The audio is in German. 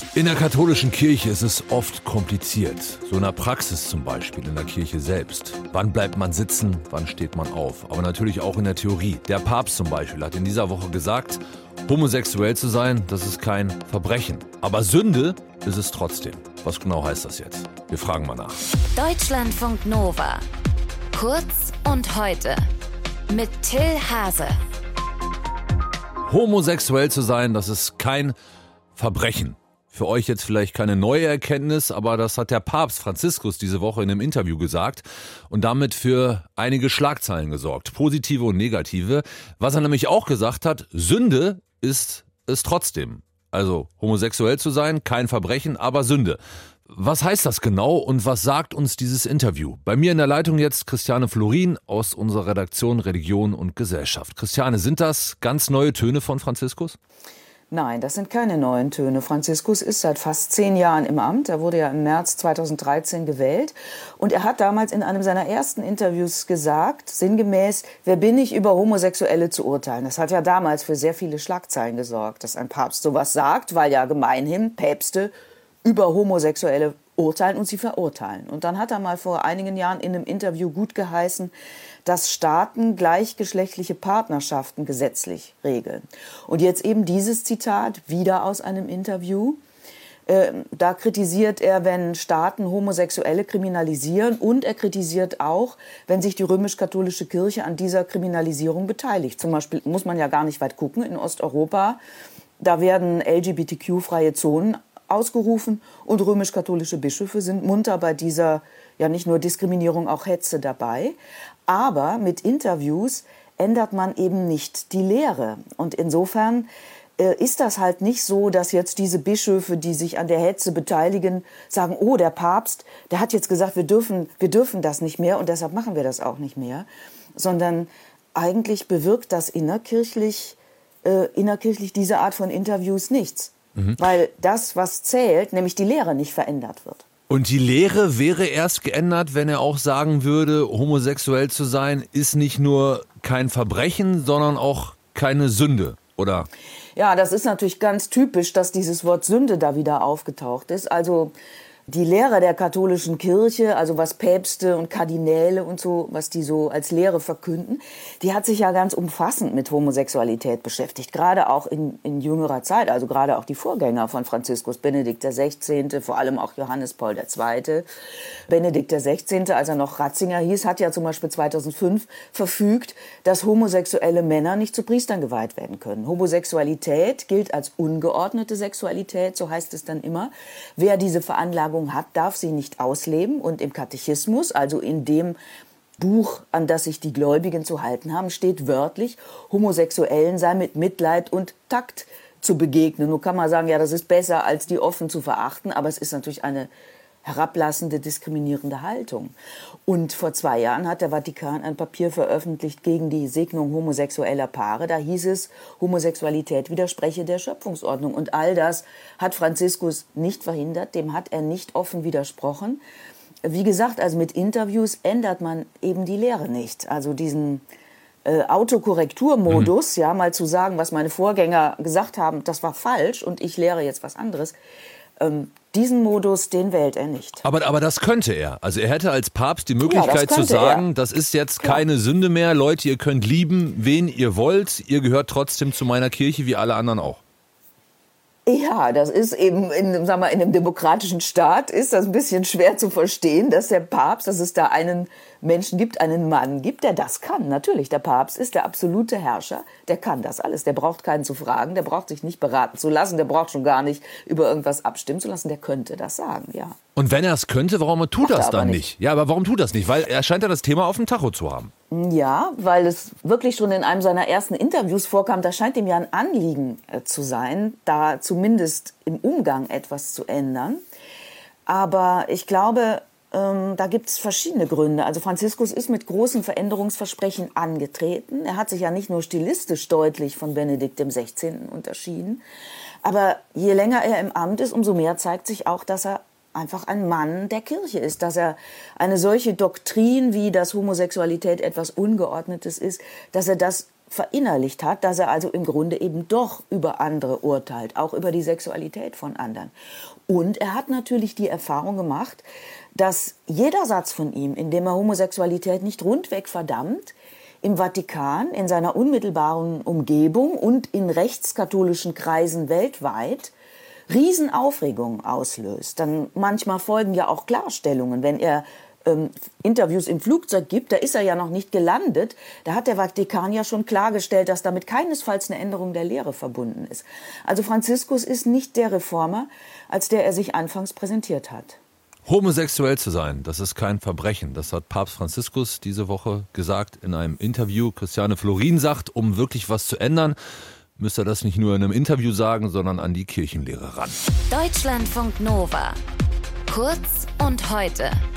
In der katholischen Kirche ist es oft kompliziert. So in der Praxis zum Beispiel, in der Kirche selbst. Wann bleibt man sitzen, wann steht man auf? Aber natürlich auch in der Theorie. Der Papst zum Beispiel hat in dieser Woche gesagt, homosexuell zu sein, das ist kein Verbrechen. Aber Sünde ist es trotzdem. Was genau heißt das jetzt? Wir fragen mal nach. Deutschlandfunk Nova. Kurz und heute. Mit Till Hase. Homosexuell zu sein, das ist kein Verbrechen. Für euch jetzt vielleicht keine neue Erkenntnis, aber das hat der Papst Franziskus diese Woche in einem Interview gesagt und damit für einige Schlagzeilen gesorgt, positive und negative. Was er nämlich auch gesagt hat, Sünde ist es trotzdem. Also homosexuell zu sein, kein Verbrechen, aber Sünde. Was heißt das genau und was sagt uns dieses Interview? Bei mir in der Leitung jetzt Christiane Florin aus unserer Redaktion Religion und Gesellschaft. Christiane, sind das ganz neue Töne von Franziskus? Nein, das sind keine neuen Töne. Franziskus ist seit fast 10 Jahren im Amt. Er wurde ja im März 2013 gewählt. Und er hat damals in einem seiner ersten Interviews gesagt, sinngemäß, wer bin ich, über Homosexuelle zu urteilen? Das hat ja damals für sehr viele Schlagzeilen gesorgt, dass ein Papst sowas sagt, weil ja gemeinhin Päpste über Homosexuelle urteilen und sie verurteilen. Und dann hat er mal vor einigen Jahren in einem Interview gut geheißen, dass Staaten gleichgeschlechtliche Partnerschaften gesetzlich regeln. Und jetzt eben dieses Zitat wieder aus einem Interview. Da kritisiert er, wenn Staaten Homosexuelle kriminalisieren, und er kritisiert auch, wenn sich die römisch-katholische Kirche an dieser Kriminalisierung beteiligt. Zum Beispiel muss man ja gar nicht weit gucken, in Osteuropa, da werden LGBTQ-freie Zonen ausgerufen und römisch-katholische Bischöfe sind munter bei dieser, ja nicht nur Diskriminierung, auch Hetze dabei. Aber mit Interviews ändert man eben nicht die Lehre. Und insofern ist das halt nicht so, dass jetzt diese Bischöfe, die sich an der Hetze beteiligen, sagen, oh, der Papst, der hat jetzt gesagt, wir dürfen das nicht mehr und deshalb machen wir das auch nicht mehr. Sondern eigentlich bewirkt das innerkirchlich diese Art von Interviews nichts. Weil das, was zählt, nämlich die Lehre, nicht verändert wird. Und die Lehre wäre erst geändert, wenn er auch sagen würde, homosexuell zu sein ist nicht nur kein Verbrechen, sondern auch keine Sünde, oder? Ja, das ist natürlich ganz typisch, dass dieses Wort Sünde da wieder aufgetaucht ist. Also die Lehre der katholischen Kirche, also was Päpste und Kardinäle und so, was die so als Lehre verkünden, die hat sich ja ganz umfassend mit Homosexualität beschäftigt. Gerade auch in jüngerer Zeit, also gerade auch die Vorgänger von Franziskus, Benedikt XVI., vor allem auch Johannes Paul II. Benedikt XVI., als er noch Ratzinger hieß, hat ja zum Beispiel 2005 verfügt, dass homosexuelle Männer nicht zu Priestern geweiht werden können. Homosexualität gilt als ungeordnete Sexualität, so heißt es dann immer. Wer diese Veranlagung hat, darf sie nicht ausleben. Und im Katechismus, also in dem Buch, an das sich die Gläubigen zu halten haben, steht wörtlich, Homosexuellen sei mit Mitleid und Takt zu begegnen. Nun kann man sagen, ja, das ist besser, als die offen zu verachten, aber es ist natürlich eine herablassende, diskriminierende Haltung. Und vor 2 Jahren hat der Vatikan ein Papier veröffentlicht gegen die Segnung homosexueller Paare. Da hieß es, Homosexualität widerspreche der Schöpfungsordnung. Und all das hat Franziskus nicht verhindert, dem hat er nicht offen widersprochen. Wie gesagt, also mit Interviews ändert man eben die Lehre nicht. Also diesen Autokorrekturmodus, ja, mal zu sagen, was meine Vorgänger gesagt haben, das war falsch und ich lehre jetzt was anderes. Diesen Modus, den wählt er nicht. Aber das könnte er. Also er hätte als Papst die Möglichkeit zu sagen, das ist jetzt keine Sünde mehr. Leute, ihr könnt lieben, wen ihr wollt. Ihr gehört trotzdem zu meiner Kirche, wie alle anderen auch. Ja, das ist eben in einem demokratischen Staat ist das ein bisschen schwer zu verstehen, dass der Papst, dass es da einen Menschen gibt, einen Mann gibt, der das kann. Natürlich, der Papst ist der absolute Herrscher, der kann das alles. Der braucht keinen zu fragen, der braucht sich nicht beraten zu lassen, der braucht schon gar nicht über irgendwas abstimmen zu lassen, der könnte das sagen, ja. Und wenn er es könnte, warum tut er das dann nicht? Ja, aber warum tut er das nicht? Weil er scheint ja das Thema auf dem Tacho zu haben. Ja, weil es wirklich schon in einem seiner ersten Interviews vorkam, da scheint ihm ja ein Anliegen zu sein, da zumindest im Umgang etwas zu ändern. Aber ich glaube, da gibt es verschiedene Gründe. Also Franziskus ist mit großen Veränderungsversprechen angetreten. Er hat sich ja nicht nur stilistisch deutlich von Benedikt XVI. Unterschieden. Aber je länger er im Amt ist, umso mehr zeigt sich auch, dass er einfach ein Mann der Kirche ist, dass er eine solche Doktrin, wie dass Homosexualität etwas Ungeordnetes ist, dass er das verinnerlicht hat, dass er also im Grunde eben doch über andere urteilt, auch über die Sexualität von anderen. Und er hat natürlich die Erfahrung gemacht, dass jeder Satz von ihm, in dem er Homosexualität nicht rundweg verdammt, im Vatikan, in seiner unmittelbaren Umgebung und in rechtskatholischen Kreisen weltweit Riesenaufregung auslöst. Dann manchmal folgen ja auch Klarstellungen, wenn er Interviews im Flugzeug gibt, da ist er ja noch nicht gelandet, da hat der Vatikan ja schon klargestellt, dass damit keinesfalls eine Änderung der Lehre verbunden ist. Also Franziskus ist nicht der Reformer, als der er sich anfangs präsentiert hat. Homosexuell zu sein, das ist kein Verbrechen. Das hat Papst Franziskus diese Woche gesagt in einem Interview. Christiane Florin sagt, um wirklich was zu ändern, müsste er das nicht nur in einem Interview sagen, sondern an die Kirchenlehre ran. Deutschlandfunk Nova. Kurz und heute.